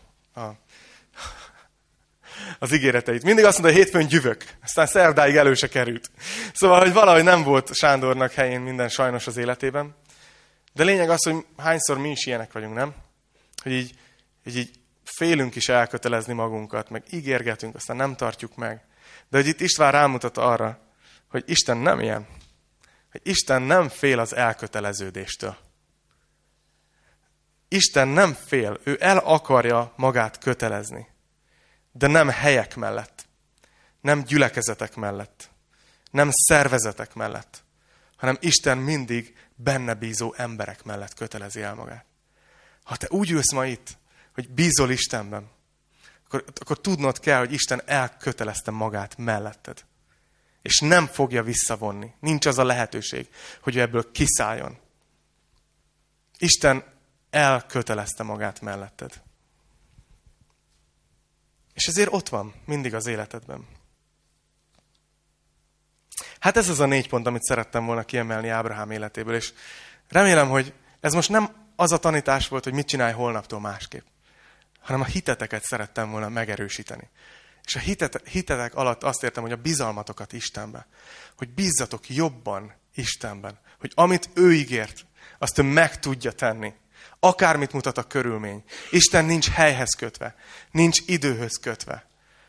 az ígéreteit. Mindig azt mondta, hogy hétfőn gyüvök, aztán szerdáig elő se került. Szóval, hogy valahogy nem volt Sándornak helyén minden sajnos az életében. De lényeg az, hogy hányszor mi is ilyenek vagyunk, nem? Hogy így félünk is elkötelezni magunkat, meg ígérgetünk, aztán nem tartjuk meg. De hogy itt István rámutat arra, hogy Isten nem ilyen. Hogy Isten nem fél az elköteleződéstől. Isten nem fél, ő el akarja magát kötelezni. De nem helyek mellett, nem gyülekezetek mellett, nem szervezetek mellett, hanem Isten mindig benne bízó emberek mellett kötelezi el magát. Ha te úgy ülsz ma itt, hogy bízol Istenben, akkor tudnod kell, hogy Isten elkötelezte magát melletted. És nem fogja visszavonni. Nincs az a lehetőség, hogy ő ebből kiszálljon. Isten elkötelezte magát melletted. És ezért ott van mindig az életedben. Hát ez az a 4 pont, amit szerettem volna kiemelni Ábrahám életéből, és remélem, hogy ez most nem az a tanítás volt, hogy mit csinálj holnaptól másképp, hanem a hiteteket szerettem volna megerősíteni. És a hitetek alatt azt értem, hogy a bizalmatokat Istenben, hogy bízzatok jobban Istenben, hogy amit ő ígért, azt ő meg tudja tenni. Akármit mutat a körülmény. Isten nincs helyhez kötve, nincs időhöz kötve.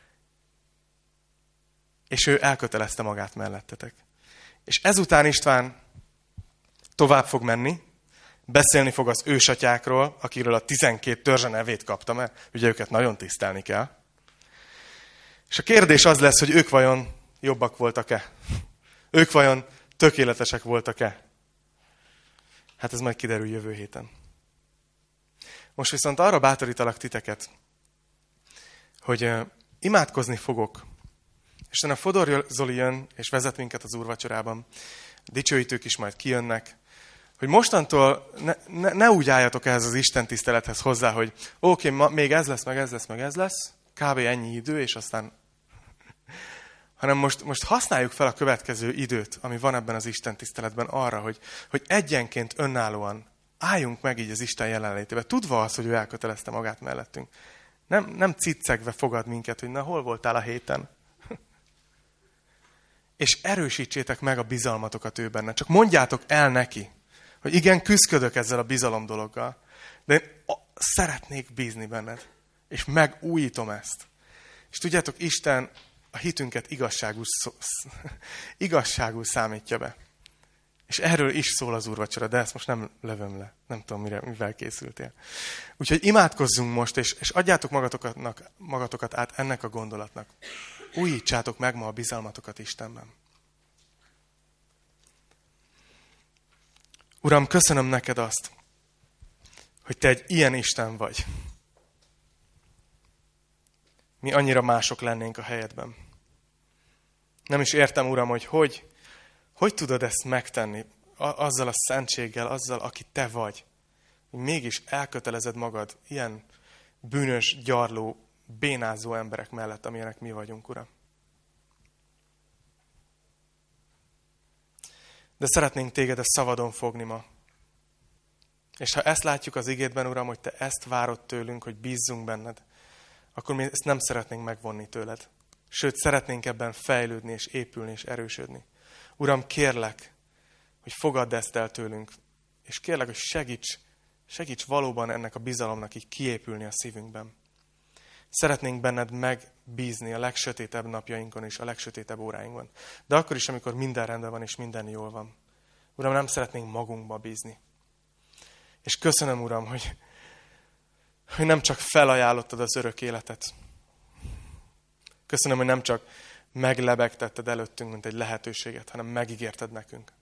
És ő elkötelezte magát mellettetek. És ezután István tovább fog menni, beszélni fog az ősatyákról, akiről a 12 törzse nevét kapta, mert ugye őket nagyon tisztelni kell. És a kérdés az lesz, hogy ők vajon jobbak voltak-e? Ők vajon tökéletesek voltak-e? Hát ez majd kiderül jövő héten. Most viszont arra bátorítalak titeket, hogy imádkozni fogok. És a Fodor Zoli jön, és vezet minket az úrvacsorában. Dicsőítők is majd kijönnek. Hogy mostantól ne úgy álljatok ehhez az Isten tisztelethez hozzá, hogy oké, még ez lesz, meg ez lesz, meg ez lesz. Kb. Ennyi idő, és aztán... Hanem most használjuk fel a következő időt, ami van ebben az Isten tiszteletben arra, hogy egyenként önállóan álljunk meg így az Isten jelenlétébe, tudva azt, hogy ő elkötelezte magát mellettünk. Nem ciccegve fogad minket, hogy na, hol voltál a héten? És erősítsétek meg a bizalmatokat ő benne. Csak mondjátok el neki, hogy igen, küszködök ezzel a bizalom dologgal, de én szeretnék bízni benned. És megújítom ezt. És tudjátok, Isten a hitünket igazságul számítja be. És erről is szól az úrvacsora, de ezt most nem lövöm le. Nem tudom, mivel készültél. Úgyhogy imádkozzunk most, és adjátok magatokat át ennek a gondolatnak. Újítsátok meg ma a bizalmatokat Istenben. Uram, köszönöm neked azt, hogy te egy ilyen Isten vagy. Mi annyira mások lennénk a helyedben. Nem is értem, Uram, hogy tudod ezt megtenni azzal a szentséggel, azzal, aki te vagy. Mégis elkötelezed magad ilyen bűnös, gyarló, bénázó emberek mellett, amilyenek mi vagyunk, Uram. De szeretnénk téged a szavadon fogni ma. És ha ezt látjuk az igédben, Uram, hogy te ezt várod tőlünk, hogy bízzunk benned, akkor mi ezt nem szeretnénk megvonni tőled. Sőt, szeretnénk ebben fejlődni, és épülni, és erősödni. Uram, kérlek, hogy fogadd ezt el tőlünk, és kérlek, hogy segíts valóban ennek a bizalomnak így kiépülni a szívünkben. Szeretnénk benned megbízni a legsötétebb napjainkon és a legsötétebb óráinkban. De akkor is, amikor minden rendben van és minden jól van. Uram, nem szeretnénk magunkba bízni. És köszönöm, Uram, hogy nem csak felajánlottad az örök életet. Köszönöm, hogy nem csak meglebegtetted előttünk, mint egy lehetőséget, hanem megígérted nekünk.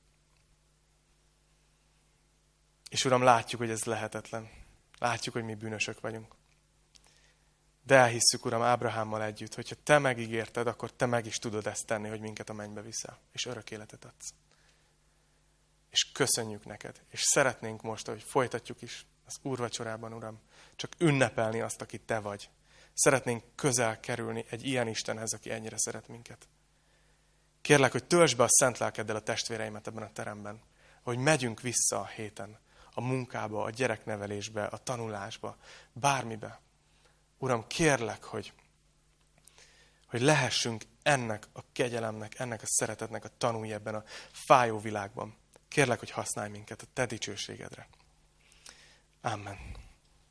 És Uram, látjuk, hogy ez lehetetlen. Látjuk, hogy mi bűnösök vagyunk. De elhisszük, Uram, Ábrahámmal együtt, hogyha te megígérted, akkor te meg is tudod ezt tenni, hogy minket a mennybe viszel, és örök életet adsz. És köszönjük neked, és szeretnénk most, hogy folytatjuk is az úrvacsorában, Uram, csak ünnepelni azt, aki te vagy. Szeretnénk közel kerülni egy ilyen Istenhez, aki ennyire szeret minket. Kérlek, hogy töltsd be a szent lelkeddel a testvéreimet ebben a teremben, hogy megyünk vissza a héten, a munkába, a gyereknevelésbe, a tanulásba, bármibe. Uram, kérlek, hogy lehessünk ennek a kegyelemnek, ennek a szeretetnek a tanúi ebben a fájó világban. Kérlek, hogy használj minket a te dicsőségedre. Amen.